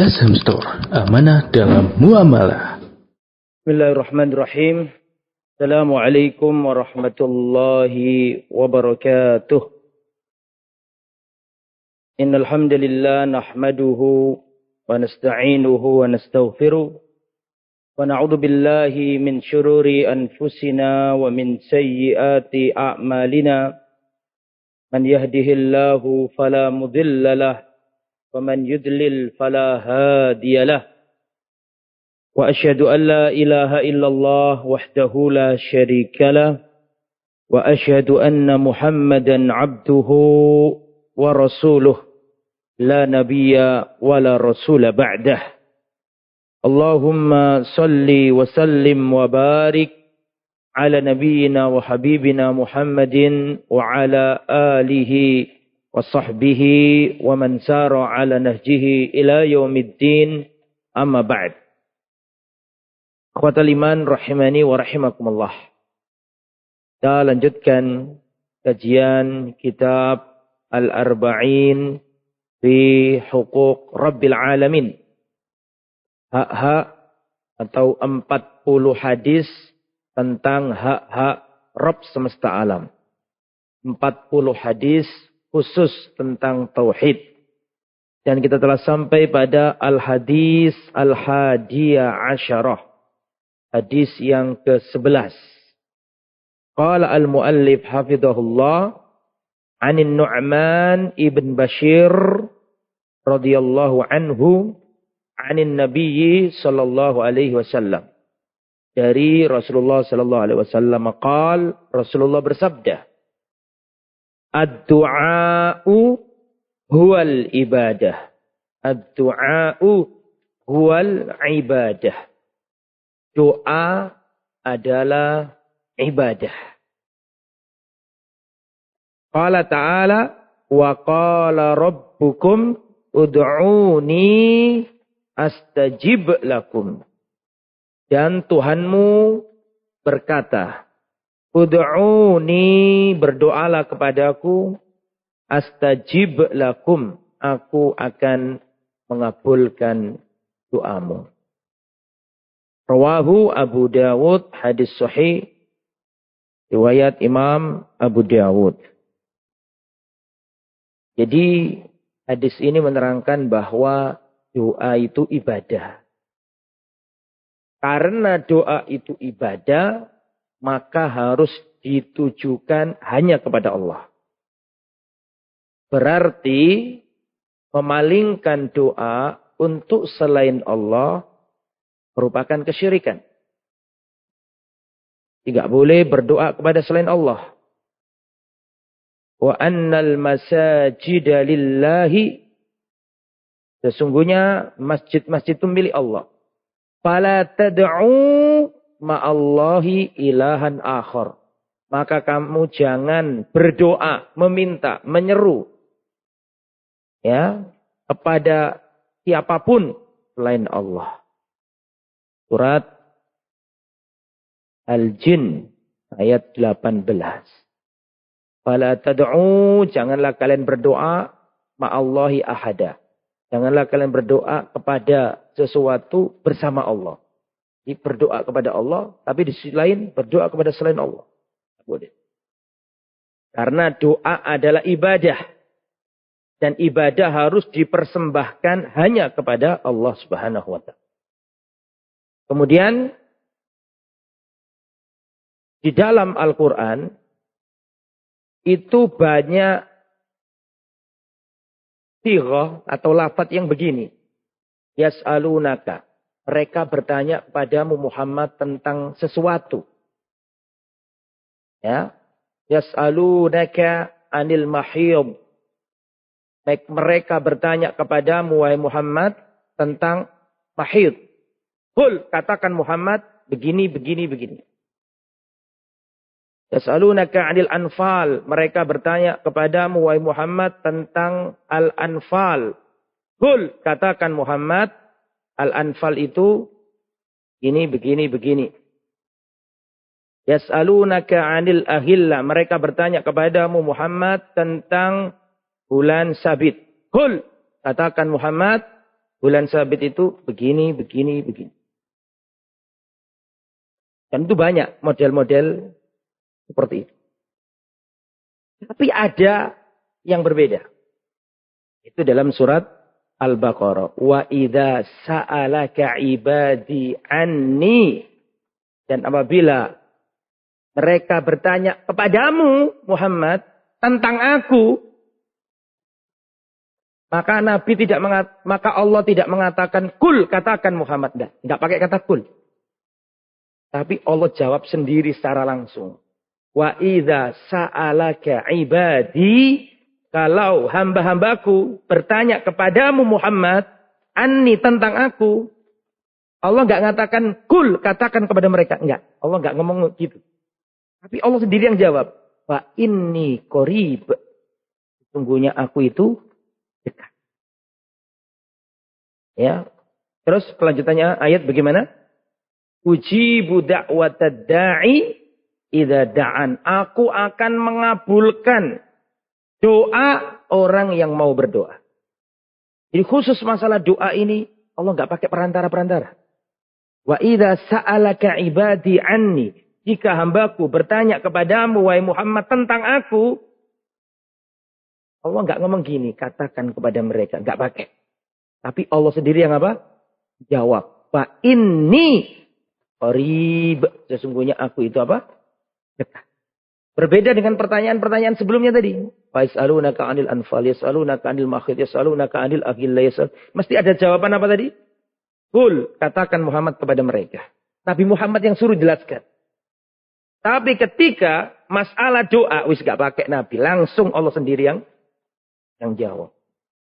Azham Store, amanah dalam muamalah. Bismillahirrahmanirrahim. Assalamualaikum warahmatullahi wabarakatuh. Innal hamdalillah nahmaduhu wa nasta'inuhu wa nastaghfiruh wa na'udzu billahi min syururi anfusina wa min sayyiati a'malina. Man yahdihillahu fala mudilla lahu wa man yudlil fala hadiya lahu. وأشهد أن لا إله إلا الله وحده لا شريك له وأشهد أن محمدا عبده ورسوله لا نبي ولا رسول بعده. اللهم صل وسلم وبارك على نبينا وحبيبنا محمد وعلى آله وصحبه ومن سار على نهجه إلى يوم الدين. أما بعد. Akhwatal iman rahimani wa rahimakumullah. Kita lanjutkan kajian kitab Al-Arba'in fi Huquq Rabbil Alamin. Hak-hak atau 40 hadis tentang hak-hak Rabb semesta alam. 40 hadis khusus tentang tauhid. Dan kita telah sampai pada Al-Hadis Al-Hadiyah Asyarah. Hadis yang ke-11. Qala al-muallif hafidhahullah anin Nu'man ibn Bashir radhiyallahu anhu anin Nabi sallallahu alaihi wasallam. Dari Rasulullah sallallahu alaihi wasallam qala, Rasulullah bersabda, ad-du'a'u huwal ibadah. Ad-du'a'u huwal ibadah. Doa adalah ibadah. Qala ta'ala wa qala rabbukum ud'uni astajib lakum. Dan Tuhanmu berkata, ud'uni, berdoalah kepadaku, astajib lakum, aku akan mengabulkan doamu. Rawahu Abu Dawud, hadis sahih, riwayat Imam Abu Dawud. Jadi hadis ini menerangkan bahwa doa itu ibadah. Karena doa itu ibadah, maka harus ditujukan hanya kepada Allah. Berarti memalingkan doa untuk selain Allah merupakan kesyirikan. Tidak boleh berdoa kepada selain Allah. Wa annal masajida lillahi. Sesungguhnya masjid-masjid itu milik Allah. Fala tad'u ma'allahi ilahan akhar. Maka kamu jangan berdoa, meminta, menyeru ya kepada siapapun selain Allah. Surat Al-Jin ayat 18. Fala tad'u, janganlah kalian berdoa ma'allahi ahada. Janganlah kalian berdoa kepada sesuatu bersama Allah. Jadi berdoa kepada Allah, tapi di sisi lain berdoa kepada selain Allah. Boleh. Karena doa adalah ibadah. Dan ibadah harus dipersembahkan hanya kepada Allah Subhanahu wa ta'ala. Kemudian di dalam Al-Quran itu banyak sighah atau lafaz yang begini. Yas'alunaka. Mereka bertanya kepadamu Muhammad tentang sesuatu. Ya. Yas'alunaka anil mahiyub. Mereka bertanya kepadamu wahai Muhammad tentang mahiyub. Qul, katakan Muhammad begini. Yas'alunaka 'anil anfal. Mereka bertanya kepadamu wahai Muhammad tentang al-anfal. Qul, katakan Muhammad, al-anfal itu ini begini. Yas'alunaka 'anil ahilla. Mereka bertanya kepadamu Muhammad tentang bulan sabit. Qul, katakan Muhammad, Bulan sabit itu begini, begini, begini. Dan itu banyak model-model seperti itu. Tapi ada yang berbeda. Itu dalam surat Al-Baqarah. Wa idza sa'alaka ibadi anni. Dan apabila mereka bertanya kepadamu Muhammad tentang aku, maka maka Allah tidak mengatakan kul, katakan Muhammad. Enggak pakai kata kul. Tapi Allah jawab sendiri secara langsung. Wa idza sa'alaka ibadi, kalau hamba-hambaku bertanya kepadamu Muhammad, anni tentang aku, Allah enggak mengatakan kul, katakan kepada mereka. Enggak, Allah enggak ngomong gitu. Tapi Allah sendiri yang jawab. Fa inni qarib. Sesungguhnya aku itu dekat. Ya. Terus kelanjutannya ayat bagaimana? Ujibu da'watad da'i idza da'an. Aku akan mengabulkan doa orang yang mau berdoa. Jadi khusus masalah doa ini Allah enggak pakai perantara-perantara. Wa idza sa'alaka ibadi anni. Jika hambaku bertanya kepadamu wahai Muhammad tentang aku, Allah enggak ngomong gini, katakan kepada mereka, enggak pakai. Tapi Allah sendiri yang apa? Jawab. Fa inni qarib. Sesungguhnya aku itu apa? Dekat. Berbeda dengan pertanyaan-pertanyaan sebelumnya tadi. Fa yas'alunaka 'anil anfal, yas'alunaka 'anil mahid, yas'alunaka 'anil aghilla. Mesti ada jawaban apa tadi? Qul, katakan Muhammad kepada mereka. Nabi Muhammad yang suruh jelaskan. Tapi ketika masalah doa, wis gak pakai Nabi. Langsung Allah sendiri yang jawab.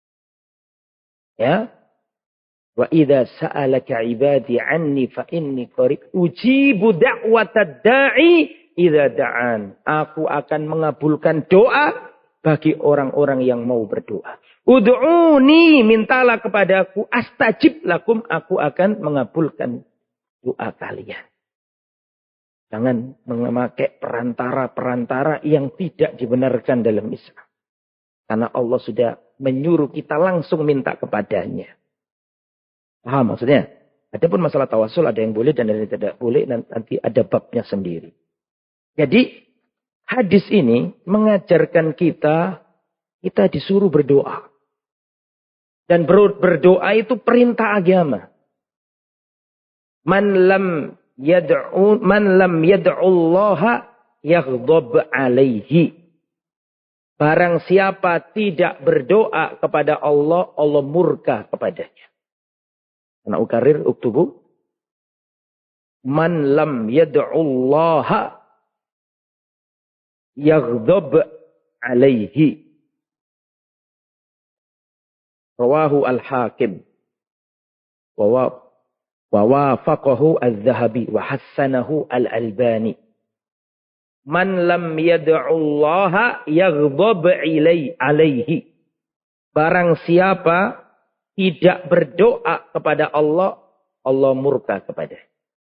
Ya. Wa idza sa'alaka ibadi anni fa inni qarib ujibu da'watad da'i idza da'an. Aku akan mengabulkan doa bagi orang-orang yang mau berdoa. Ud'uni, mintalah kepadaku, astajib lakum, aku akan mengabulkan doa kalian. Jangan memakai perantara-perantara yang tidak dibenarkan dalam Islam. Karena Allah sudah menyuruh kita langsung minta kepadanya. Paham maksudnya? Adapun masalah tawasul ada yang boleh dan ada yang tidak boleh. Nanti ada babnya sendiri. Jadi hadis ini mengajarkan kita disuruh berdoa. Dan berdoa itu perintah agama. Man lam yad'ullaha yaghdab alaihi. Barang siapa tidak berdoa kepada Allah, Allah murka kepadanya. Ana ukarir uktubu. Man lam yad'ullaha yaghdab alaihi. Rawahu al-Hakim. Wa wafaqahu al-Dhahabi wa hassanahu al-Albani. Man lam yad'ullaha yaghdab alaihi. Barang siapa tidak berdoa kepada Allah, Allah murka kepada.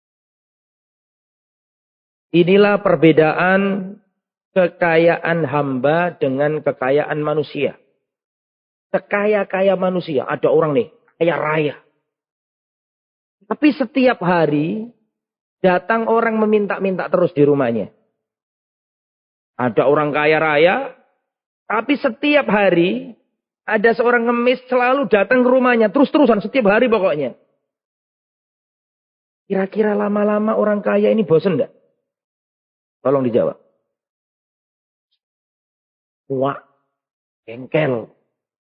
Inilah perbedaan kekayaan hamba dengan kekayaan manusia. Sekaya-kaya manusia, ada orang nih, kaya raya. Tapi setiap hari datang orang meminta-minta terus di rumahnya. Ada orang kaya raya, tapi setiap hari ada seorang ngemis selalu datang ke rumahnya. Terus-terusan setiap hari pokoknya. Kira-kira lama-lama orang kaya ini bosan enggak? Tolong dijawab. Wah, bengkel.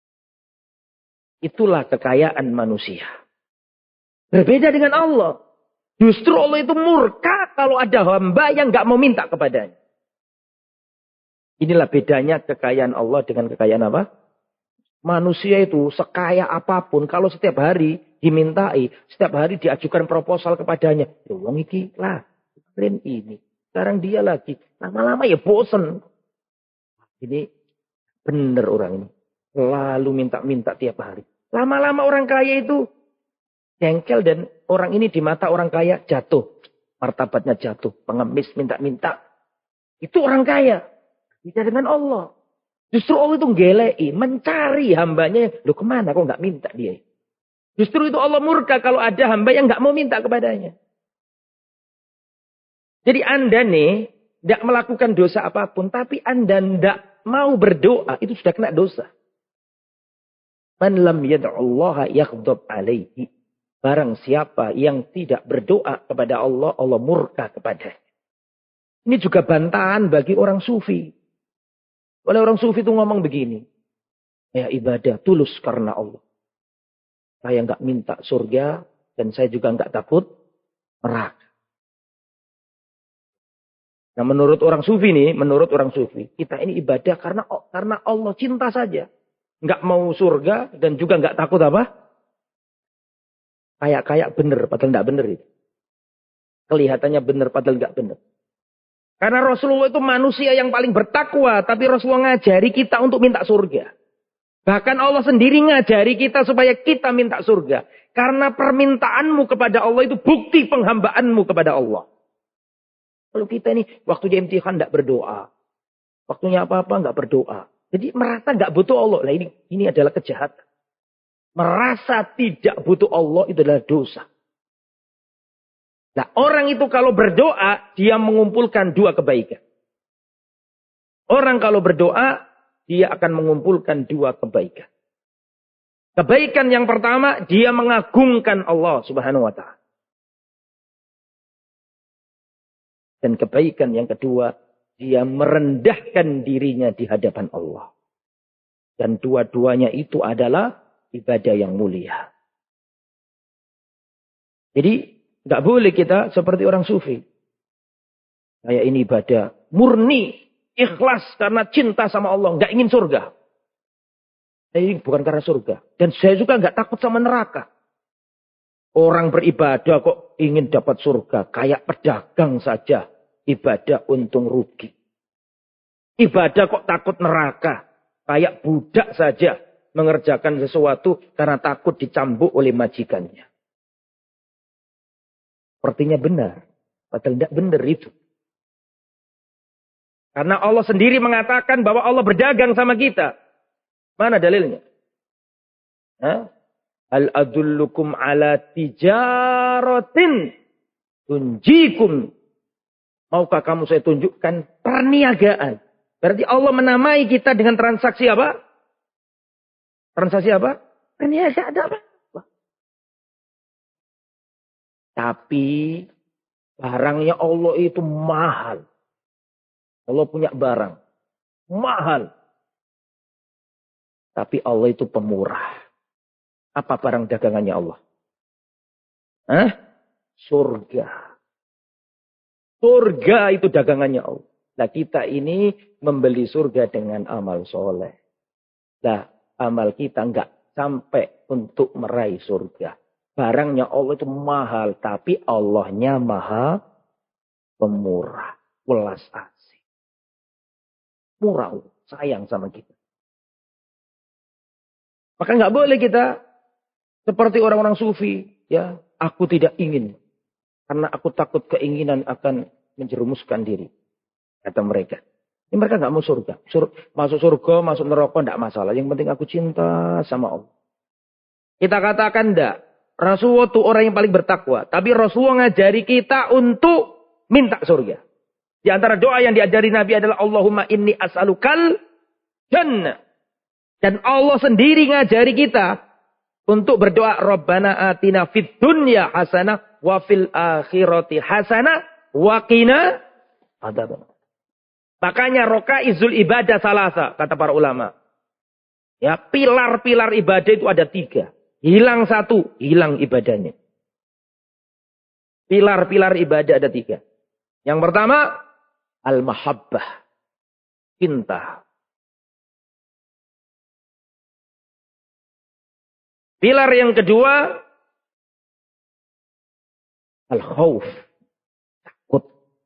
Itulah kekayaan manusia. Berbeda dengan Allah. Justru Allah itu murka kalau ada hamba yang enggak mau minta kepadanya. Inilah bedanya kekayaan Allah dengan kekayaan apa? Manusia itu sekaya apapun, kalau setiap hari dimintai, setiap hari diajukan proposal kepadanya. Ya wong iki lah, keren ini. Sekarang dia lagi. Lama-lama ya bosen. Ini benar orang ini. Lalu minta-minta tiap hari. Lama-lama orang kaya itu jengkel dan orang ini di mata orang kaya jatuh. Martabatnya jatuh. Pengemis minta-minta. Itu orang kaya. Tidak dengan Allah. Justru Allah itu ngelei, mencari hambanya. Loh kemana kok nggak minta dia? Justru itu Allah murka kalau ada hamba yang nggak mau minta kepadanya. Jadi Anda nih tidak melakukan dosa apapun, tapi Anda tidak mau berdoa, itu sudah kena dosa. Man lam yad'ullaha yaghdab alaihi. Barang siapa yang tidak berdoa kepada Allah, Allah murka kepadanya. Ini juga bantahan bagi orang sufi. Oleh orang sufi itu ngomong begini. Saya ibadah tulus karena Allah. Saya nggak minta surga dan saya juga nggak takut neraka. Nah menurut orang sufi kita ini ibadah karena Allah cinta saja. Nggak mau surga dan juga nggak takut apa? Kayak bener padahal nggak bener itu. Kelihatannya bener padahal nggak bener. Karena Rasulullah itu manusia yang paling bertakwa, tapi Rasulullah ngajari kita untuk minta surga. Bahkan Allah sendiri ngajari kita supaya kita minta surga. Karena permintaanmu kepada Allah itu bukti penghambaanmu kepada Allah. Kalau kita ini waktunya imtihan tidak berdoa. Waktunya apa-apa nggak berdoa. Jadi merasa nggak butuh Allah. Nah ini adalah kejahatan. Merasa tidak butuh Allah itu adalah dosa. Nah orang itu kalau berdoa, dia mengumpulkan dua kebaikan. Orang kalau berdoa, dia akan mengumpulkan dua kebaikan. Kebaikan yang pertama, dia mengagungkan Allah Subhanahu wa Ta'ala. Dan kebaikan yang kedua, dia merendahkan dirinya di hadapan Allah. Dan dua-duanya itu adalah ibadah yang mulia. Jadi, nggak boleh kita seperti orang sufi. Kayak ini ibadah murni. Ikhlas karena cinta sama Allah. Nggak ingin surga. Ini bukan karena surga. Dan saya juga nggak takut sama neraka. Orang beribadah kok ingin dapat surga. Kayak pedagang saja. Ibadah untung rugi. Ibadah kok takut neraka. Kayak budak saja. Mengerjakan sesuatu karena takut dicambuk oleh majikannya. Sepertinya benar. Padahal tidak benar itu. Karena Allah sendiri mengatakan bahwa Allah berdagang sama kita. Mana dalilnya? Hal adullukum ala tijaratin tunjikum. Maukah kamu saya tunjukkan perniagaan? Berarti Allah menamai kita dengan transaksi apa? Transaksi apa? Perniagaan apa? Tapi barangnya Allah itu mahal. Allah punya barang. Mahal. Tapi Allah itu pemurah. Apa barang dagangannya Allah? Surga. Surga itu dagangannya Allah. Nah kita ini membeli surga dengan amal soleh. Nah amal kita enggak sampai untuk meraih surga. Barangnya Allah itu mahal. Tapi Allahnya maha pemurah. Welas asih. Murah, sayang sama kita. Maka nggak boleh kita seperti orang-orang sufi, ya. Aku tidak ingin karena aku takut keinginan akan menjerumuskan diri, kata mereka. Ini mereka nggak mau surga. Masuk surga, masuk neraka nggak masalah. Yang penting aku cinta sama Allah. Kita katakan enggak. Rasulullah itu orang yang paling bertakwa, tapi Rasulullah ngajari kita untuk minta surga. Di antara doa yang diajari Nabi adalah Allahumma inni as'alukal jannah. Dan Allah sendiri ngajari kita untuk berdoa Rabbana atina fid dunya hasanah wa fil akhirati hasanah wa qina adzabannar. Makanya rokaizul ibadah salasa kata para ulama. Ya, pilar-pilar ibadah itu ada 3. Hilang 1, hilang ibadahnya. Pilar-pilar ibadah ada 3. Yang pertama al-mahabbah. Cinta. Pilar yang kedua. Al-khawf. Takut.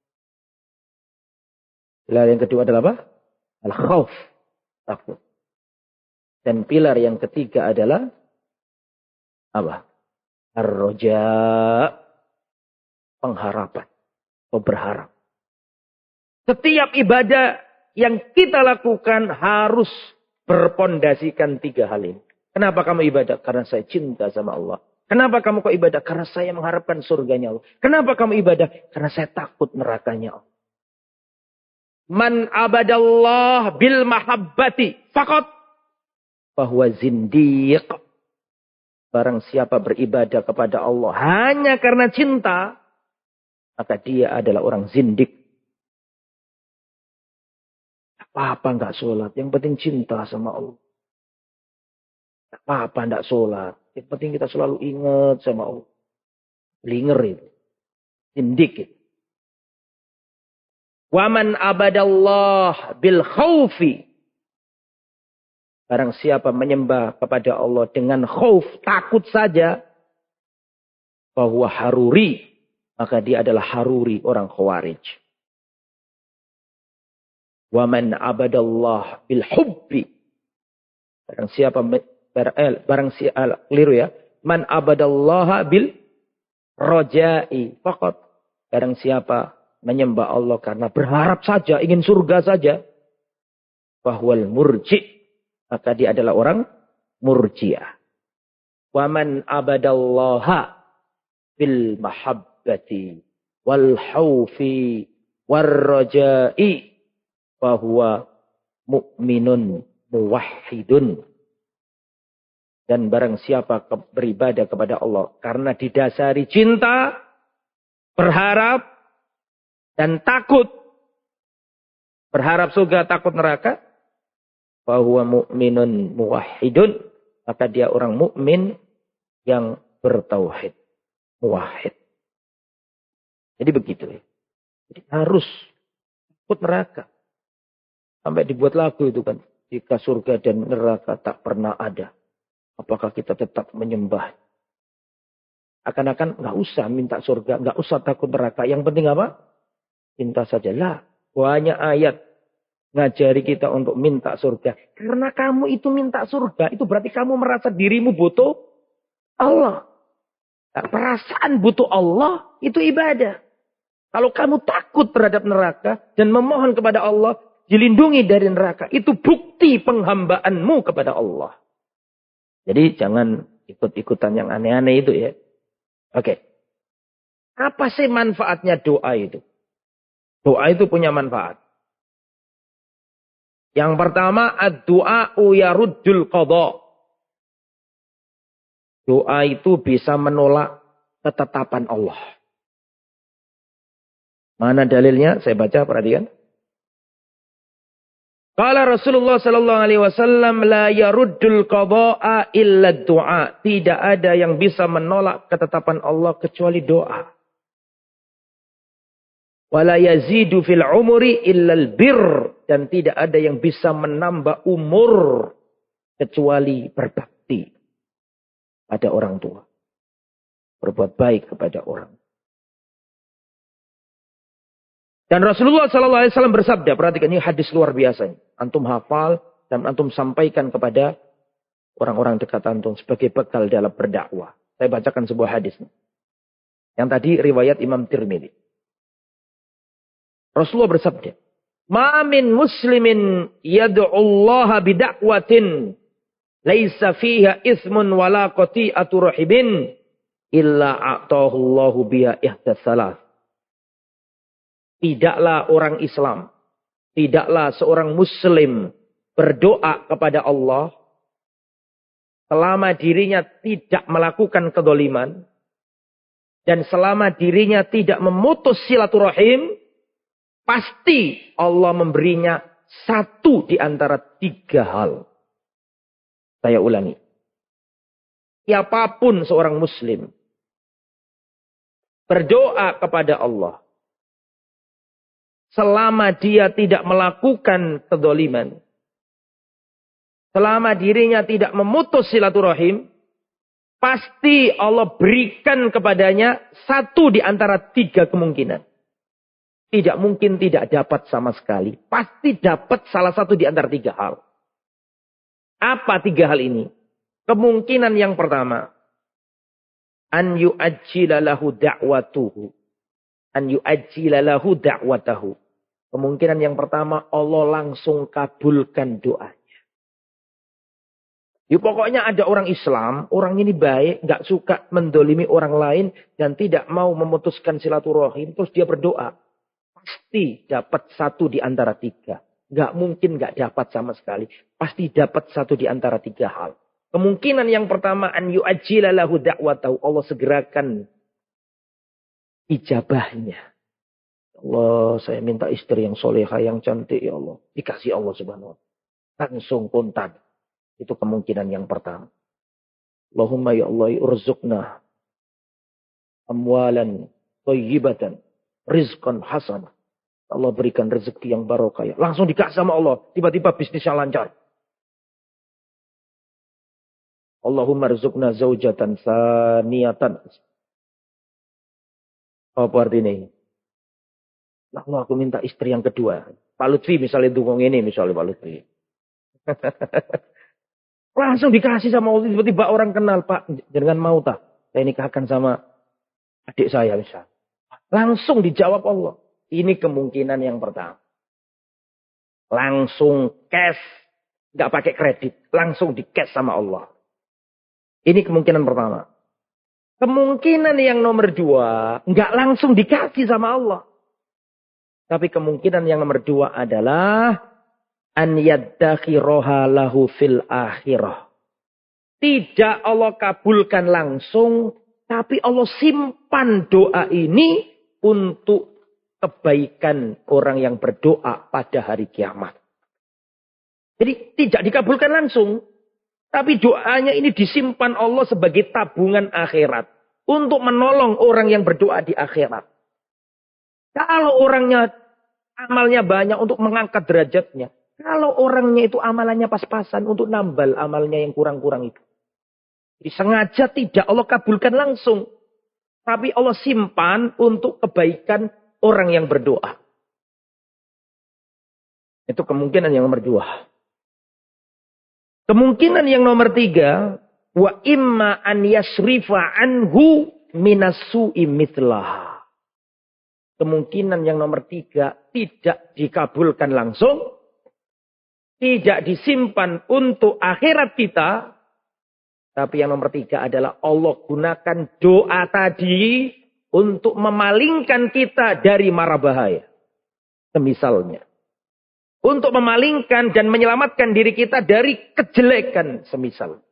Pilar yang kedua adalah apa? Al-khawf. Takut. Dan pilar yang ketiga adalah. Apa? Ar-roja. Pengharapan. Atau berharap. Setiap ibadah yang kita lakukan harus berpondasikan 3 hal ini. Kenapa kamu ibadah? Karena saya cinta sama Allah. Kenapa kamu kok ibadah? Karena saya mengharapkan surganya Allah. Kenapa kamu ibadah? Karena saya takut nerakanya Allah. Man abadallah bil mahabbati faqat bahwa zindiq. Barang siapa beribadah kepada Allah hanya karena cinta, maka dia adalah orang zindik. Apa-apa enggak sholat. Yang penting cinta sama Allah. Apa-apa enggak sholat. Yang penting kita selalu ingat sama Allah. Blinger itu. Zindik itu. Waman abadallah bil khawfi. Barang siapa menyembah kepada Allah dengan khauf, takut saja. Bahwa haruri. Maka dia adalah haruri, orang khawarij. Waman abadallah bil hubbi. Barang siapa keliru ya. Man abadallaha bil rojai faqat. Barang siapa menyembah Allah karena berharap saja, ingin surga saja. Bahwal murji. Maka dia adalah orang murjiah. Waman abadallaha bil mahabbati wal khaufi war rojai. Bahwa mu'minun muwahhidun. Dan barang siapa beribadah kepada Allah karena didasari cinta, berharap, dan takut. Berharap surga, takut neraka. Bahwa mu'minun muwahhidun. Maka dia orang mukmin yang bertauhid. Muwahhid. Jadi begitu. Jadi harus takut neraka. Sampai dibuat lagu itu kan. Jika surga dan neraka tak pernah ada. Apakah kita tetap menyembah? Akan-akan nggak usah minta surga. Nggak usah takut neraka. Yang penting apa? Cinta saja. Lah. Banyak ayat. Ngajari kita untuk minta surga. Karena kamu itu minta surga. Itu berarti kamu merasa dirimu butuh Allah. Nah, perasaan butuh Allah. Itu ibadah. Kalau kamu takut terhadap neraka. Dan memohon kepada Allah. Dilindungi dari neraka. Itu bukti penghambaanmu kepada Allah. Jadi jangan ikut-ikutan yang aneh-aneh itu ya. Oke. Apa sih manfaatnya doa itu? Doa itu punya manfaat. Yang pertama, ad-du'a'u yaruddul qadha. Doa itu bisa menolak ketetapan Allah. Mana dalilnya? Saya baca, perhatikan. Qala Rasulullah sallallahu alaihi wasallam la yaruddul qadha'a illa du'a. Tidak ada yang bisa menolak ketetapan Allah kecuali doa. Wala yazidu fil umri illa al bir. Dan tidak ada yang bisa menambah umur kecuali berbakti pada orang tua. Berbuat baik kepada orang. Dan Rasulullah SAW bersabda, perhatikan ini hadis luar biasa. Antum hafal dan antum sampaikan kepada orang-orang dekat antum sebagai bekal dalam berdakwah. Saya bacakan sebuah hadis. Yang tadi riwayat Imam Tirmidzi. Rasulullah bersabda, "Ma min muslimin yad'ullaha bida'watin laisa fiha ismun wala qati'atu rahibin illa a'tahu Allahu biha ihdas salas." Tidaklah orang Islam, tidaklah seorang muslim berdoa kepada Allah selama dirinya tidak melakukan kedzaliman dan selama dirinya tidak memutus silaturahim, pasti Allah memberinya satu di antara tiga hal. Saya ulangi. Siapapun seorang muslim berdoa kepada Allah selama dia tidak melakukan kedzaliman, selama dirinya tidak memutus silaturahim, pasti Allah berikan kepadanya satu di antara tiga kemungkinan. Tidak mungkin tidak dapat sama sekali. Pasti dapat salah satu di antara tiga hal. Apa tiga hal ini? Kemungkinan yang pertama. An yu'ajjila lahu da'watuhu. An yu'ajjila lahu da'watahu. Kemungkinan yang pertama, Allah langsung kabulkan doanya. Ya, pokoknya ada orang Islam, orang ini baik, nggak suka mendolimi orang lain, dan tidak mau memutuskan silaturahim, terus dia berdoa. Pasti dapat satu di antara tiga. Nggak mungkin nggak dapat sama sekali. Pasti dapat satu di antara tiga hal. Kemungkinan yang pertama, an yu'ajjila lahu da'watahu. Allah segerakan ijabahnya. Allah, saya minta istri yang solehah, yang cantik, ya Allah. Dikasih Allah subhanahu wa ta'ala. Langsung kontan. Itu kemungkinan yang pertama. Allahumma ya Allah urzuqna amwalan thayyibatan rizqan hasanah. Allah berikan rezeki yang barokah. Langsung dikasih sama Allah. Tiba-tiba bisnisnya lancar. Allahumma rizqna zaujatan saniyatan. Apa artinya? Allah, aku minta istri yang kedua. Pak Lutfi misalnya dukung ini, misalnya Pak Lutfi. Langsung dikasih sama Allah. Tiba-tiba orang kenal, Pak, jangan mau tak. Saya nikahkan sama adik saya misalnya. Langsung dijawab Allah. Ini kemungkinan yang pertama. Langsung cash. Nggak pakai kredit. Langsung di cash sama Allah. Ini kemungkinan pertama. Kemungkinan yang nomor dua. Nggak langsung dikasih sama Allah. Tapi kemungkinan yang nomor dua adalah an yaddakhiroha lahu fil akhirah. Tidak Allah kabulkan langsung. Tapi Allah simpan doa ini untuk kebaikan orang yang berdoa pada hari kiamat. Jadi tidak dikabulkan langsung. Tapi doanya ini disimpan Allah sebagai tabungan akhirat. Untuk menolong orang yang berdoa di akhirat. Kalau orangnya amalnya banyak untuk mengangkat derajatnya. Kalau orangnya itu amalannya pas-pasan untuk nambal amalnya yang kurang-kurang itu. Jadi sengaja tidak Allah kabulkan langsung. Tapi Allah simpan untuk kebaikan orang yang berdoa. Itu kemungkinan yang nomor dua. Kemungkinan yang nomor tiga. Wa imma an yasrifa anhu minasu'i mitlah. Kemungkinan yang nomor tiga. Tidak dikabulkan langsung. Tidak disimpan untuk akhirat kita. Tapi yang nomor tiga adalah Allah gunakan doa tadi untuk memalingkan kita dari mara bahaya. Semisalnya. Untuk memalingkan dan menyelamatkan diri kita dari kejelekan semisal.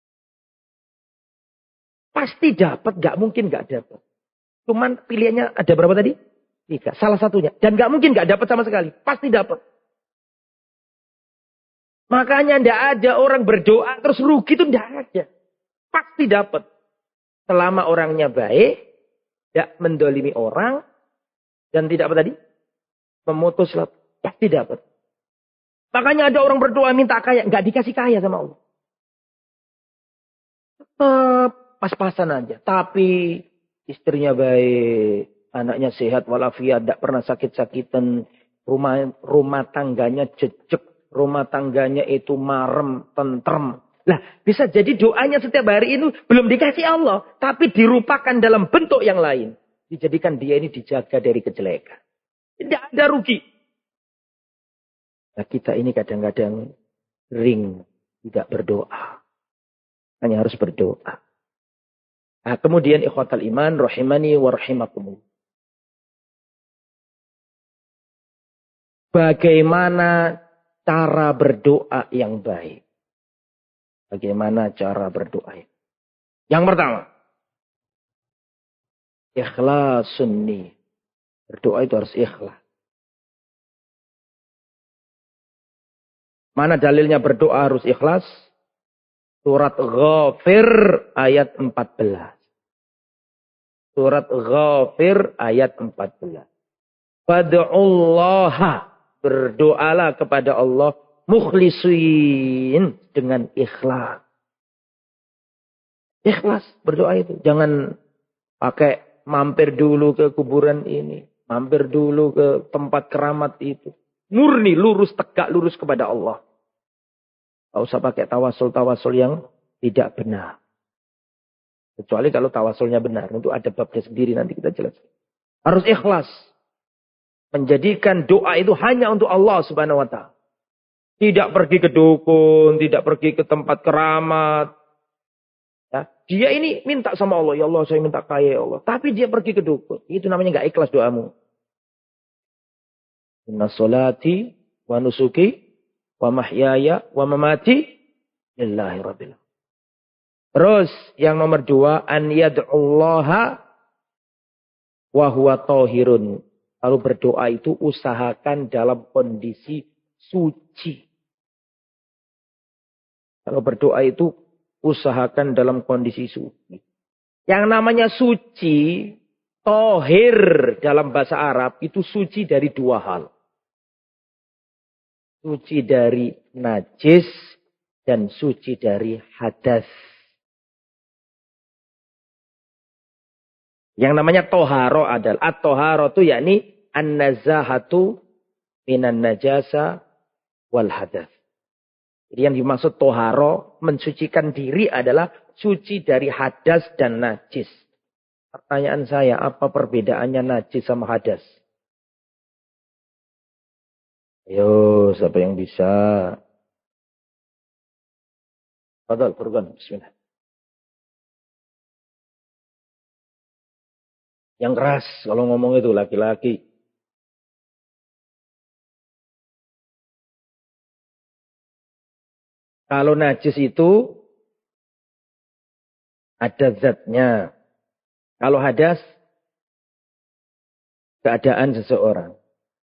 Pasti dapat, gak mungkin gak dapat. Cuman pilihannya ada berapa tadi? 3. Salah satunya. Dan gak mungkin gak dapat sama sekali. Pasti dapat. Makanya tidak ada orang berdoa terus rugi itu tidak ada. Pasti dapat. Selama orangnya baik, tidak mendolimi orang, dan tidak apa tadi? Memutus, pasti dapat. Makanya ada orang berdoa minta kaya, nggak dikasih kaya sama Allah. Tetap pas-pasan aja. Tapi istrinya baik, anaknya sehat walafiat, tidak pernah sakit-sakitan, rumah tangganya jejak. Rumah tangganya itu marem, tentrem. Lah, bisa jadi doanya setiap hari itu belum dikasih Allah. Tapi dirupakan dalam bentuk yang lain. Dijadikan dia ini dijaga dari kejelekan. Tidak ada rugi. Nah, kita ini kadang-kadang ring tidak berdoa. Hanya harus berdoa. Nah, kemudian ikhwatal iman, rahimani wa rahimakumullah. Bagaimana cara berdoa yang baik. Bagaimana cara berdoa? Yang pertama. Ikhlasun niyah. Berdoa itu harus ikhlas. Mana dalilnya berdoa harus ikhlas? Surat Ghafir ayat 14. Surat Ghafir ayat 14. Fad'ullaha. Berdoalah kepada Allah mukhlisin dengan ikhlas. Ikhlas berdoa itu. Jangan pakai mampir dulu ke kuburan ini. Mampir dulu ke tempat keramat itu. Murni, lurus, tegak, lurus kepada Allah. Tidak usah pakai tawasul-tawasul yang tidak benar. Kecuali kalau tawasulnya benar. Itu ada babnya sendiri nanti kita jelaskan. Harus ikhlas. Menjadikan doa itu hanya untuk Allah subhanahu wa ta'ala. Tidak pergi ke dukun, tidak pergi ke tempat keramat. Ya, dia ini minta sama Allah, ya Allah saya minta kaya ya Allah. Tapi dia pergi ke dukun. Itu namanya nggak ikhlas doamu. Inna sholati wa nusuki wa mahyaya wa mamati lillahi rabbil alamin. Terus yang nomor 2, an yad'ullaha wa huwa tahirun. Kalau berdoa itu usahakan dalam kondisi suci. Kalau berdoa itu usahakan dalam kondisi suci. Yang namanya suci, tohir dalam bahasa Arab itu suci dari 2 hal. Suci dari najis dan suci dari hadas. Yang namanya toharo adalah at-toharo itu yakni an-nazahatu minan najasa wal hadas. Jadi yang dimaksud toharo, mensucikan diri adalah suci dari hadas dan najis. Pertanyaan saya, apa perbedaannya najis sama hadas? Ayo, siapa yang bisa? Fadal, Furqan, bismillah. Yang keras, kalau ngomong itu laki-laki. Kalau najis itu ada zatnya. Kalau hadas, keadaan seseorang.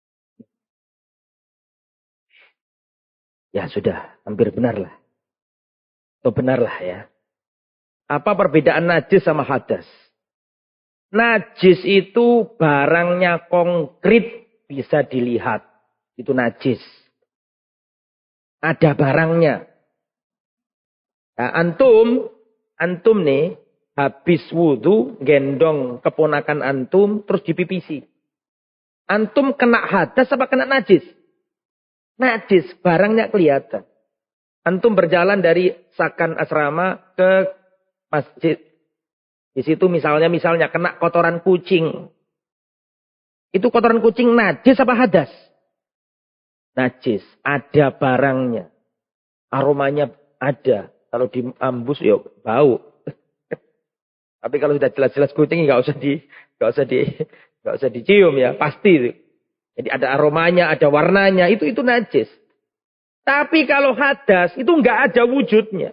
Ya sudah, hampir benarlah. Atau benarlah ya. Apa perbedaan najis sama hadas? Najis itu barangnya konkret, bisa dilihat. Itu najis. Ada barangnya. Nah, antum nih habis wudhu, gendong keponakan antum, terus dipipisi. Antum kena hadas apa kena najis? Najis, barangnya kelihatan. Antum berjalan dari Sakan asrama ke masjid. Di situ misalnya kena kotoran kucing. Itu kotoran kucing najis apa hadas? Najis, ada barangnya. Aromanya ada. Kalau diambus ya bau. Tapi kalau sudah jelas-jelas kucing nggak usah dicium ya, pasti itu. Jadi ada aromanya, ada warnanya, itu najis. Tapi kalau hadas itu nggak ada wujudnya.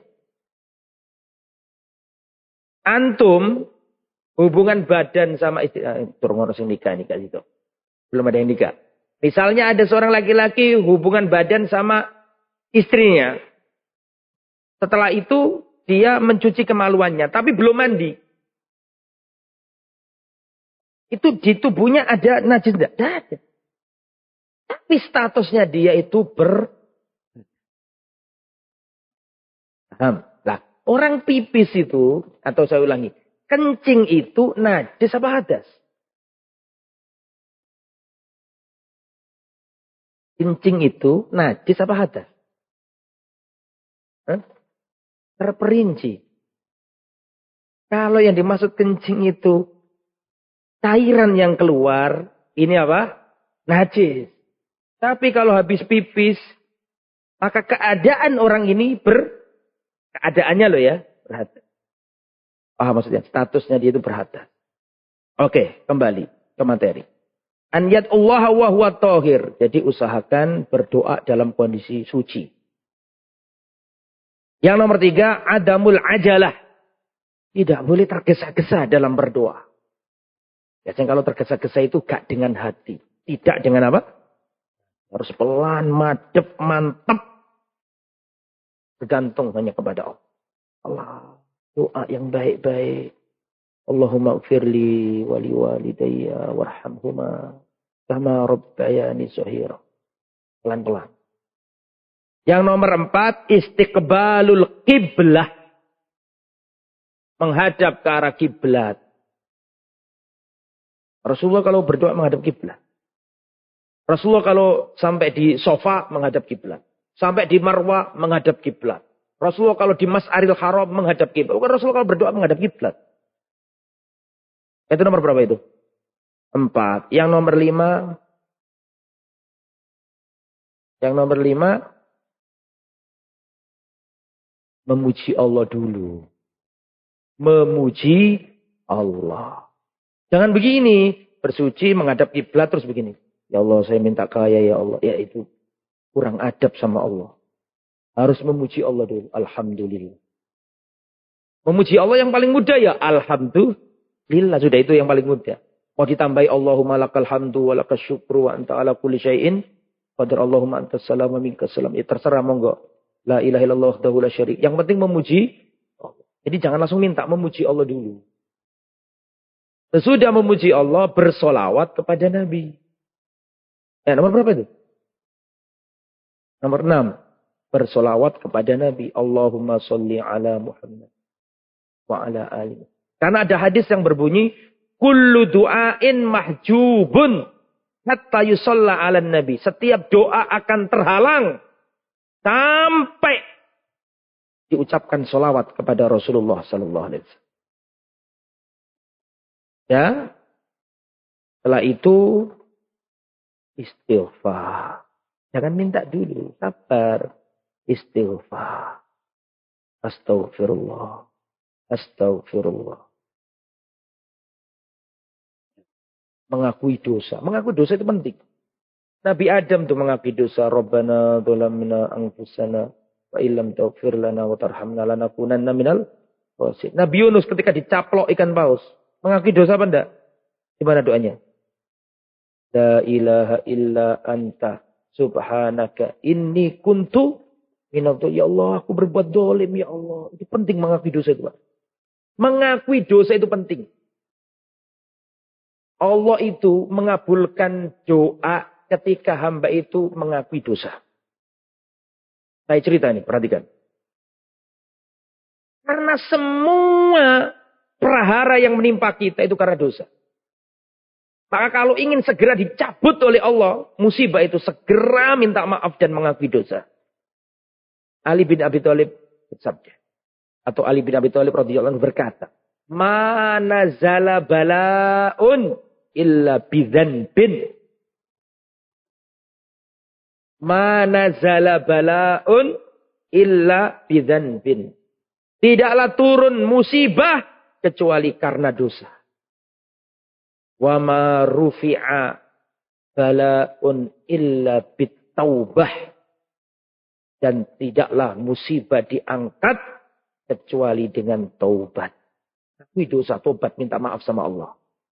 Antum hubungan badan sama istri, ngurus nikah gitu. Belum ada yang nikah. Misalnya ada seorang laki-laki hubungan badan sama istrinya. Setelah itu dia mencuci kemaluannya, tapi belum mandi. Itu di tubuhnya ada najis enggak? Tidak ada. Tapi statusnya dia itu Paham? Lah, orang pipis itu, atau saya ulangi, kencing itu najis apa hadas? Kencing itu najis apa hadas? Terperinci. Kalau yang dimaksud kencing itu cairan yang keluar, ini apa? Najis. Tapi kalau habis pipis, maka keadaan orang ini keadaannya loh ya, berhadas. Paham maksudnya? Statusnya dia itu berhadas. Oke, kembali ke materi. An yad'ullaha wa huwa thahir. Jadi usahakan berdoa dalam kondisi suci. Yang nomor 3, adamul ajalah. Tidak boleh tergesa-gesa dalam berdoa. Biasanya kalau tergesa-gesa itu gak dengan hati. Tidak dengan apa? Harus pelan, madep, mantap. Bergantung hanya kepada Allah. Allah. Doa yang baik-baik. Allahumma ufirli wali walidayya warhamhuma. Kama rabbayani shahira. Pelan-pelan. Yang nomor 4, istiqbalul qiblah. Menghadap ke arah kiblat. Rasulullah kalau berdoa menghadap kiblat. Rasulullah kalau sampai di sofa menghadap kiblat. Sampai di Marwah menghadap kiblat. Rasulullah kalau di Mas'aril Haram menghadap kiblat. Rasulullah kalau berdoa menghadap kiblat. Itu nomor berapa itu? 4. Yang nomor 5. Memuji Allah dulu. Memuji Allah. Jangan begini. Bersuci, menghadap kiblat terus begini. Ya Allah, saya minta kaya ya Allah. Ya itu kurang adab sama Allah. Harus memuji Allah dulu. Alhamdulillah. Memuji Allah yang paling mudah ya. Alhamdulillah. Sudah itu yang paling mudah. Mau ditambahi Allahumma lakal hamdu wa lakal syukru wa anta ala kulli syai'in. Qadar Allahumma antas salam wa minkas salam. Ya terserah monggo. La ilaha illallah wahdahu la syarik. Yang penting memuji Allah. Jadi jangan langsung minta, memuji Allah dulu. Sesudah memuji Allah, bersolawat kepada Nabi. Nomor berapa itu? Nomor 6. Bersolawat kepada Nabi. Allahumma sholli ala Muhammad wa ala ali. Karena ada hadis yang berbunyi, kullu du'ain mahjubun hatta yusalla ala Nabi. Setiap doa akan terhalang sampai diucapkan solawat kepada Rasulullah sallallahu alaihi wasallam. Ya. Setelah itu istighfar. Jangan minta dulu, sabar. Istighfar. Astaghfirullah. Astaghfirullah. Mengakui dosa. Mengakui dosa itu penting. Nabi Adam itu mengakui dosa. Rabbana dzalamna anfusana wa illam taghfir lana wa tarhamna lanakunanna minal khasirin. Nabi Yunus ketika dicaplok ikan paus, mengakui dosa apa enggak? Gimana doanya? La ilaha illa anta subhanaka inni kuntu minadh. Ya Allah, aku berbuat dolim ya Allah. Itu penting mengakui dosa itu, Pak. Mengakui dosa itu penting. Allah itu mengabulkan doa ketika hamba itu mengakui dosa. Saya cerita nih, perhatikan. Karena semua prahara yang menimpa kita itu karena dosa. Maka kalau ingin segera dicabut oleh Allah, musibah itu segera minta maaf dan mengakui dosa. Ali bin Abi Thalib bersabda. Atau Ali bin Abi Thalib radhiyallahu anhu berkata, "Ma nazala bala'un illa bidzanbin." Ma nazala bala'un illa bidzanbin. Tidaklah turun musibah kecuali karena dosa. Wa ma rufi'a bala'un illa bitaubah. Dan tidaklah musibah diangkat kecuali dengan taubat. Akui dosa, taubat, minta maaf sama Allah.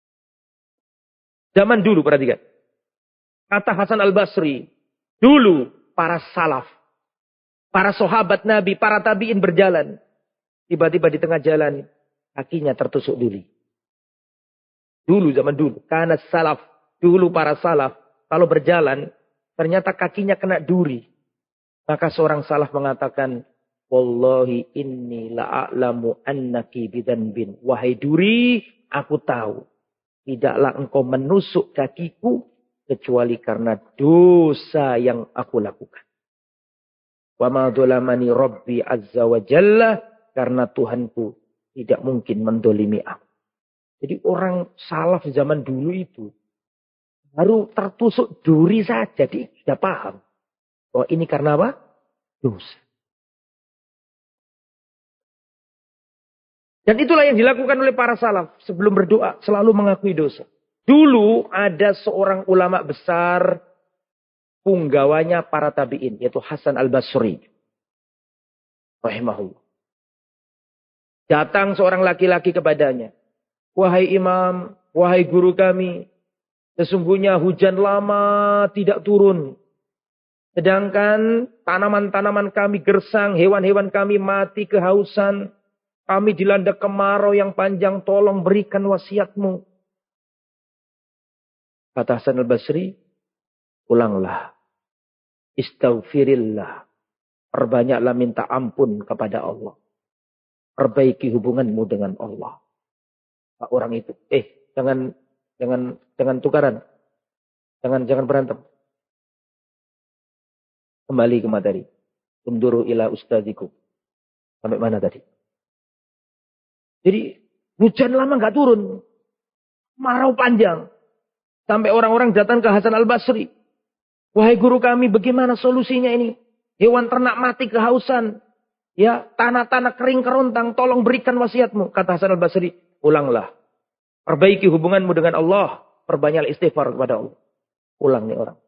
Zaman dulu, perhatikan. Kata Hasan Al-Basri, dulu para salaf, para sahabat Nabi, para tabi'in berjalan. Tiba-tiba di tengah jalan, kakinya tertusuk duri. Dulu, zaman dulu. Karena salaf, dulu para salaf, kalau berjalan, ternyata kakinya kena duri. Maka seorang salaf mengatakan, Wallahi inni la'a'lamu annaki bidzanbin. Wahai duri, aku tahu. Tidaklah engkau menusuk kakiku, kecuali karena dosa yang aku lakukan. Wa ma dzalamani Rabbi azza wa jalla, karena Tuhanku tidak mungkin mendolimi aku. Jadi orang salaf zaman dulu itu baru tertusuk duri saja, dia sudah paham bahwa ini karena apa? Dosa. Dan itulah yang dilakukan oleh para salaf sebelum berdoa, selalu mengakui dosa. Dulu ada seorang ulama besar, punggawanya para tabi'in, yaitu Hasan Al-Basri. Rahimahullah. Datang seorang laki-laki kepadanya. Wahai imam, wahai guru kami, sesungguhnya hujan lama tidak turun. Sedangkan tanaman-tanaman kami gersang, hewan-hewan kami mati kehausan. Kami dilanda kemarau yang panjang, tolong berikan wasiatmu. Kata Hasan Al-Basri, ulanglah. Istaghfirillah. Perbanyaklah minta ampun kepada Allah. Perbaiki hubunganmu dengan Allah. Pak orang itu, jangan tukaran. Jangan berantem. Kembali ke materi. Unduru ila ustadzikum. Sampai mana tadi? Jadi hujan lama nggak turun. Marau panjang. Sampai orang-orang datang ke Hasan Al-Basri. Wahai guru kami, bagaimana solusinya ini? Hewan ternak mati kehausan. Ya, tanah-tanah kering kerontang, tolong berikan wasiatmu. Kata Hasan al-Basri, ulanglah. Perbaiki hubunganmu dengan Allah. Perbanyaklah istighfar kepada Allah. Ulang nih orang.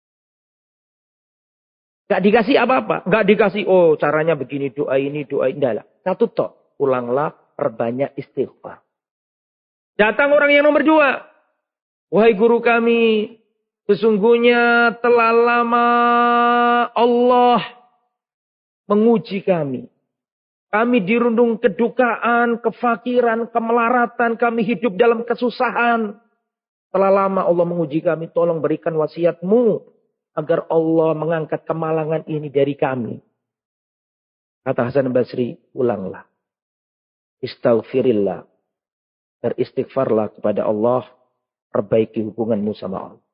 Gak dikasih apa-apa. Gak dikasih, oh caranya begini, doa ini, doa ini. Enggak lah. Satu tok. Ulanglah, perbanyak istighfar. Datang orang yang nomor 2. Wahai guru kami, sesungguhnya telah lama Allah menguji kami. Kami dirundung kedukaan, kefakiran, kemelaratan. Kami hidup dalam kesusahan. Telah lama Allah menguji kami. Tolong berikan wasiatmu. Agar Allah mengangkat kemalangan ini dari kami. Kata Hasan Basri, ulanglah. Istaghfirillah. Beristighfarlah kepada Allah. Perbaiki hubunganmu sama Allah.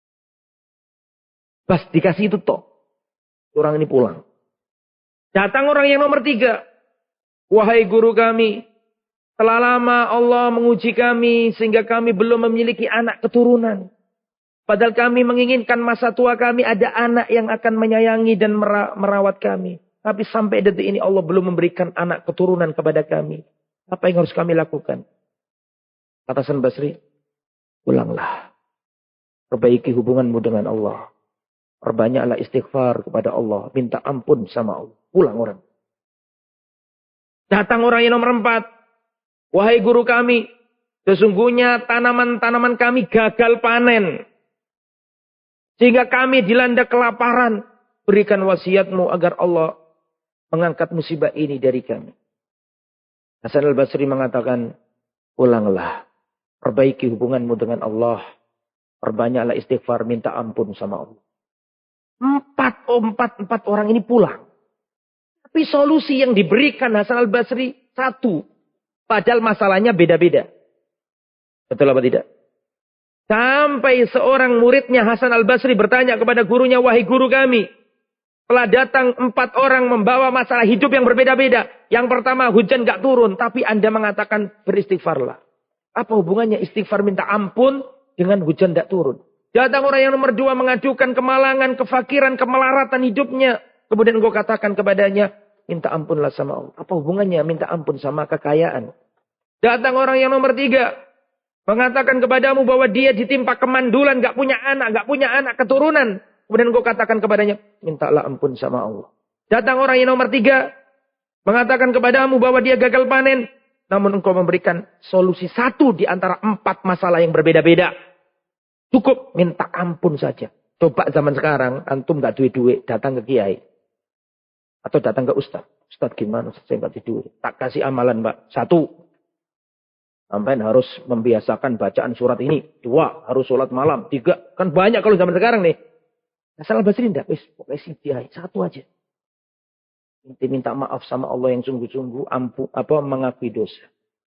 Bas dikasih itu toh. Orang ini pulang. Datang orang yang nomor 3. Wahai guru kami. Telah lama Allah menguji kami. Sehingga kami belum memiliki anak keturunan. Padahal kami menginginkan masa tua kami ada anak yang akan menyayangi dan merawat kami. Tapi sampai detik ini Allah belum memberikan anak keturunan kepada kami. Apa yang harus kami lakukan? Kata Hasan Basri. Ulanglah. Perbaiki hubunganmu dengan Allah. Perbanyaklah istighfar kepada Allah. Minta ampun sama Allah. Pulang orang. Datang orang yang nomor 4. Wahai guru kami. Sesungguhnya tanaman-tanaman kami gagal panen. Sehingga kami dilanda kelaparan. Berikan wasiatmu agar Allah mengangkat musibah ini dari kami. Hasan al-Basri mengatakan. Ulanglah. Perbaiki hubunganmu dengan Allah. Perbanyaklah istighfar. Minta ampun sama Allah. 4 orang ini pulang. Tapi solusi yang diberikan Hasan al-Basri 1. Padahal masalahnya beda-beda. Betul apa tidak? Sampai seorang muridnya Hasan al-Basri bertanya kepada gurunya, wahai guru kami. Telah datang 4 orang membawa masalah hidup yang berbeda-beda. Yang pertama hujan gak turun. Tapi Anda mengatakan beristighfarlah. Apa hubungannya istighfar minta ampun dengan hujan gak turun? Datang orang yang nomor 2 mengadukan kemalangan, kefakiran, kemelaratan hidupnya. Kemudian engkau katakan kepadanya, minta ampunlah sama Allah. Apa hubungannya minta ampun sama kekayaan? Datang orang yang nomor 3. Mengatakan kepadamu bahwa dia ditimpa kemandulan, gak punya anak keturunan. Kemudian engkau katakan kepadanya, mintalah ampun sama Allah. Datang orang yang nomor 3. Mengatakan kepadamu bahwa dia gagal panen. Namun engkau memberikan solusi 1 di antara 4 masalah yang berbeda-beda. Cukup minta ampun saja. Coba zaman sekarang, antum gak duit-duit, datang ke kiai. Atau datang ke ustaz. Ustaz gimana, saya gak duit. Tak kasih amalan mbak. 1. Sampai harus membiasakan bacaan surat ini. 2. Harus sholat malam. 3. Kan banyak kalau zaman sekarang nih. Hasan al-Basri enggak. Pokoknya si kiai. 1 aja. Minta maaf sama Allah yang sungguh-sungguh. Mengakui dosa.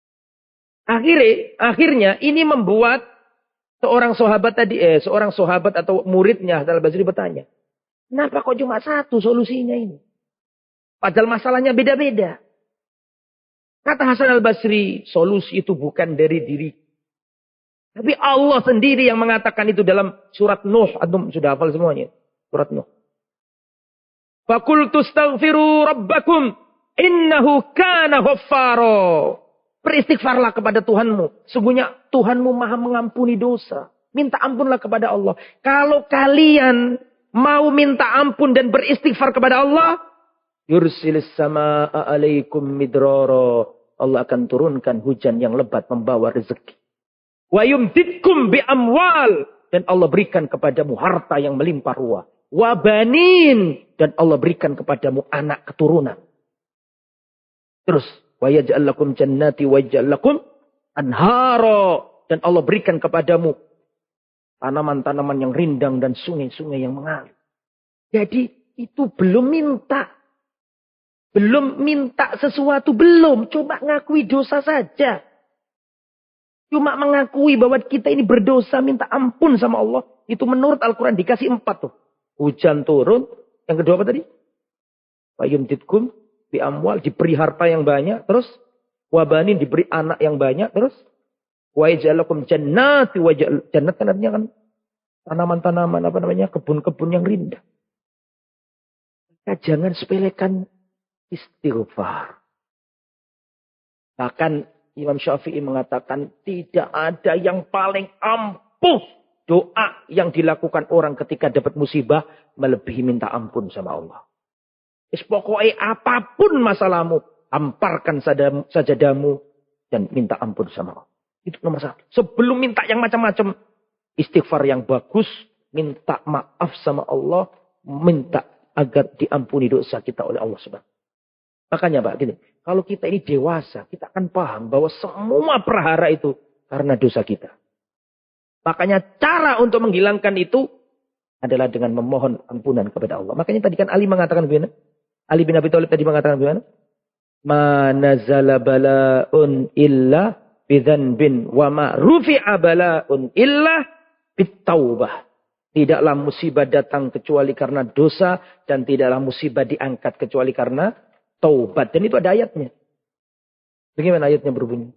Akhirnya ini membuat seorang sahabat atau muridnya Hasan al-Basri bertanya, kenapa kok cuma 1 solusinya ini? Padahal masalahnya beda-beda. Kata Hasan al-Basri, solusi itu bukan dari diri. Tapi Allah sendiri yang mengatakan itu dalam surat Nuh. Antum sudah hafal semuanya. Surat Nuh. Faqultu astaghfiru rabbakum innahu kana ghaffara. Beristighfarlah kepada Tuhanmu. Sungguhnya Tuhanmu maha mengampuni dosa. Minta ampunlah kepada Allah. Kalau kalian mau minta ampun dan beristighfar kepada Allah. Yursilis sama'a alaikum midrara. Allah akan turunkan hujan yang lebat membawa rezeki. Wa yumdidkum bi amwal. Dan Allah berikan kepadamu harta yang melimpah ruah. Wa banin. Dan Allah berikan kepadamu anak keturunan. Terus. Wa yaj'al lakum jannati wa yaj'al lakum anhara. Dan Allah berikan kepadamu tanaman-tanaman yang rindang dan sungai-sungai yang mengalir. Jadi itu belum minta. Belum minta sesuatu. Belum. Cuma ngakui dosa saja. Cuma mengakui bahwa kita ini berdosa. Minta ampun sama Allah. Itu menurut Al-Quran dikasih 4 tuh. Hujan turun. Yang kedua apa tadi? Wa yumdidkum bi amwal, diberi harta yang banyak, terus wabanin, diberi anak yang banyak, terus wa yaj'alakum jannati wa jannat kan artinya kan tanaman-tanaman kebun-kebun yang rindang. Maka jangan sepelekan istighfar. Bahkan Imam Syafi'i mengatakan tidak ada yang paling ampuh doa yang dilakukan orang ketika dapat musibah melebihi minta ampun sama Allah. Pokoknya apapun masalahmu, hamparkan sajadamu dan minta ampun sama Allah. Itu nomor satu. Sebelum minta yang macam-macam, istighfar yang bagus, minta maaf sama Allah, minta agar diampuni dosa kita oleh Allah Subhanahu. Makanya Pak, gini, kalau kita ini dewasa, kita akan paham bahwa semua perhara itu karena dosa kita. Makanya cara untuk menghilangkan itu adalah dengan memohon ampunan kepada Allah. Makanya tadi kan Ali mengatakan begini. Ali bin Abi Thalib tadi mengatakan begini. Ma nazala bala'un illa bidzanbin wa ma rufi'a bala'un illa bitaubah. Tidaklah musibah datang kecuali karena dosa dan tidaklah musibah diangkat kecuali karena taubat. Dan itu ada ayatnya. Bagaimana ayatnya berbunyi?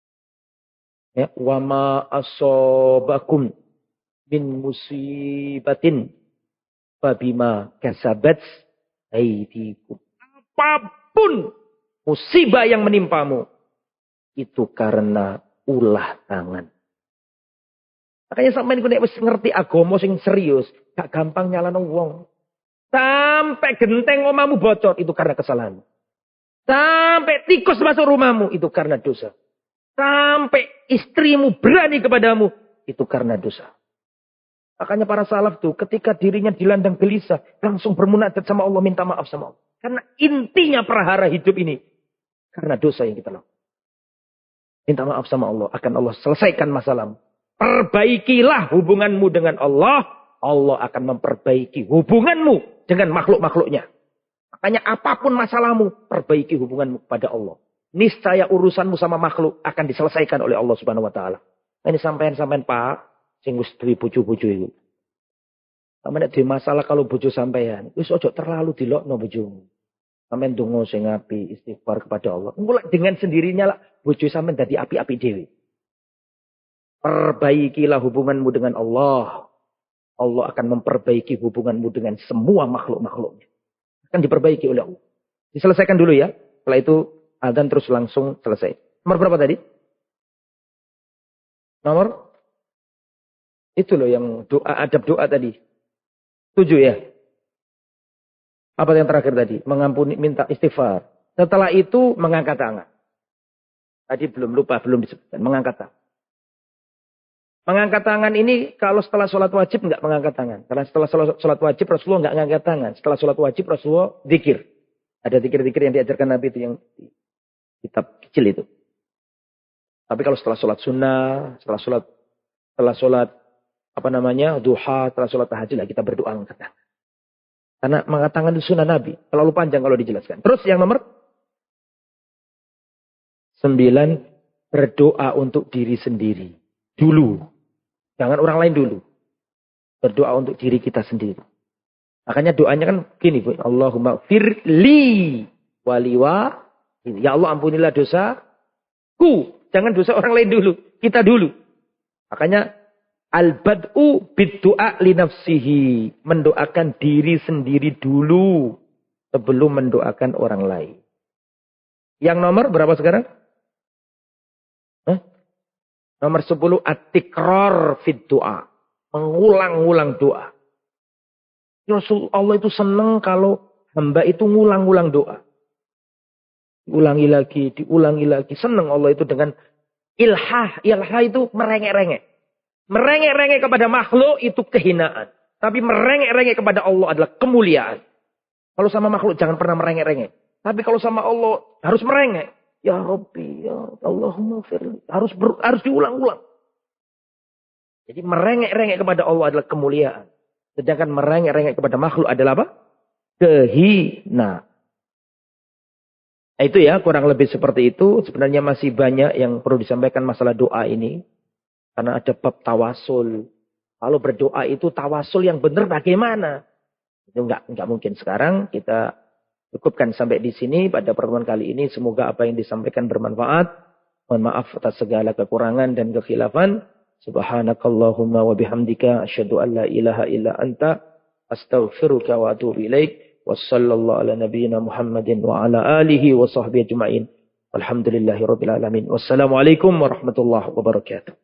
Ya, wa ma asobakum min musibatin fabima kasabat aydikum. Apapun musibah yang menimpamu itu karena ulah tangan. Makanya sampeyan iku nek wis ngerti agama sing serius, gak gampang nyalano wong. Sampai genteng omahmu bocor itu karena kesalahan. Sampai tikus masuk rumahmu itu karena dosa. Sampai istrimu berani kepadamu itu karena dosa. Makanya para salaf tuh ketika dirinya dilandang gelisah langsung bermunajat sama Allah, minta maaf sama Allah. Karena intinya perhara hidup ini karena dosa yang kita lakukan. Minta maaf sama Allah, akan Allah selesaikan masalahmu. Perbaikilah hubunganmu dengan Allah, Allah akan memperbaiki hubunganmu dengan makhluk-makhluknya. Makanya apapun masalahmu, perbaiki hubunganmu kepada Allah. Niscaya urusanmu sama makhluk akan diselesaikan oleh Allah Subhanahu wa taala. Ini sampean Pak, sing wis duwe bojo-bojo iku. Sampeyan nek masalah kalau bojo sampean, wis ojo terlalu dilokno bojomu. Sampeyan ndonga sing apik, istighfar kepada Allah. Engko dengan sendirinya lah bojo sampean dadi apik-apik dhewe. Perbaikilah hubunganmu dengan Allah. Allah akan memperbaiki hubunganmu dengan semua makhluk-makhluknya. Akan diperbaiki oleh Allah. Diselesaikan dulu ya. Setelah itu adzan terus langsung selesai. Nomor berapa tadi? Nomor? Itu loh yang doa, adab doa tadi. 7 ya. Apa yang terakhir tadi? Mengampuni, minta istighfar. Setelah itu mengangkat tangan. Tadi belum disebutkan. Mengangkat tangan. Mengangkat tangan ini kalau setelah sholat wajib enggak mengangkat tangan. Karena setelah sholat wajib Rasulullah enggak mengangkat tangan. Setelah sholat wajib Rasulullah zikir. Ada zikir-zikir yang diajarkan Nabi itu yang kitab kecil itu. Tapi kalau setelah sholat sunnah, setelah sholat duha, setelah sholat tahajud lah kita berdoa mengangkat tangan. Karena mengangkat tangan itu sunnah Nabi. Terlalu panjang kalau dijelaskan. Terus yang nomor 9, berdoa untuk diri sendiri. Dulu. Jangan orang lain dulu. Berdoa untuk diri kita sendiri. Makanya doanya kan gini, Bu. Allahumma firli waliwa. Ya Allah ampunilah dosaku. Jangan dosa orang lain dulu. Kita dulu. Makanya al-bad'u bid-du'a li nafsihi. Mendoakan diri sendiri dulu. Sebelum mendoakan orang lain. Yang nomor berapa sekarang? Nomor 10, at-tikrar fid du'a. Mengulang-ulang doa. Rasulullah itu senang kalau hamba itu ngulang-ulang doa. Diulangi lagi. Senang Allah itu dengan ilhah. Ilhah itu merengek-rengek. Merengek-rengek kepada makhluk itu kehinaan. Tapi merengek-rengek kepada Allah adalah kemuliaan. Kalau sama makhluk jangan pernah merengek-rengek. Tapi kalau sama Allah harus merengek. Ya Rabbi, ya Allahumma firli. Harus diulang-ulang. Jadi merengek-rengek kepada Allah adalah kemuliaan. Sedangkan merengek-rengek kepada makhluk adalah apa? Kehina. Nah, itu ya, kurang lebih seperti itu. Sebenarnya masih banyak yang perlu disampaikan masalah doa ini. Karena ada bab tawasul. Kalau berdoa itu tawasul yang benar bagaimana? Itu enggak mungkin sekarang. Kita cukupkan sampai di sini pada pertemuan kali ini. Semoga apa yang disampaikan bermanfaat. Mohon maaf atas segala kekurangan dan kekhilafan. Subhanakallahumma wa bihamdika asyhadu an la ilaha illa anta astaghfiruka wa atubu ilaik. Wassallallahu ala nabiyyina Muhammadin wa ala alihi wa sahbihi ajma'in. Alhamdulillahirabbil alamin. Wassalamualaikum warahmatullahi wabarakatuh.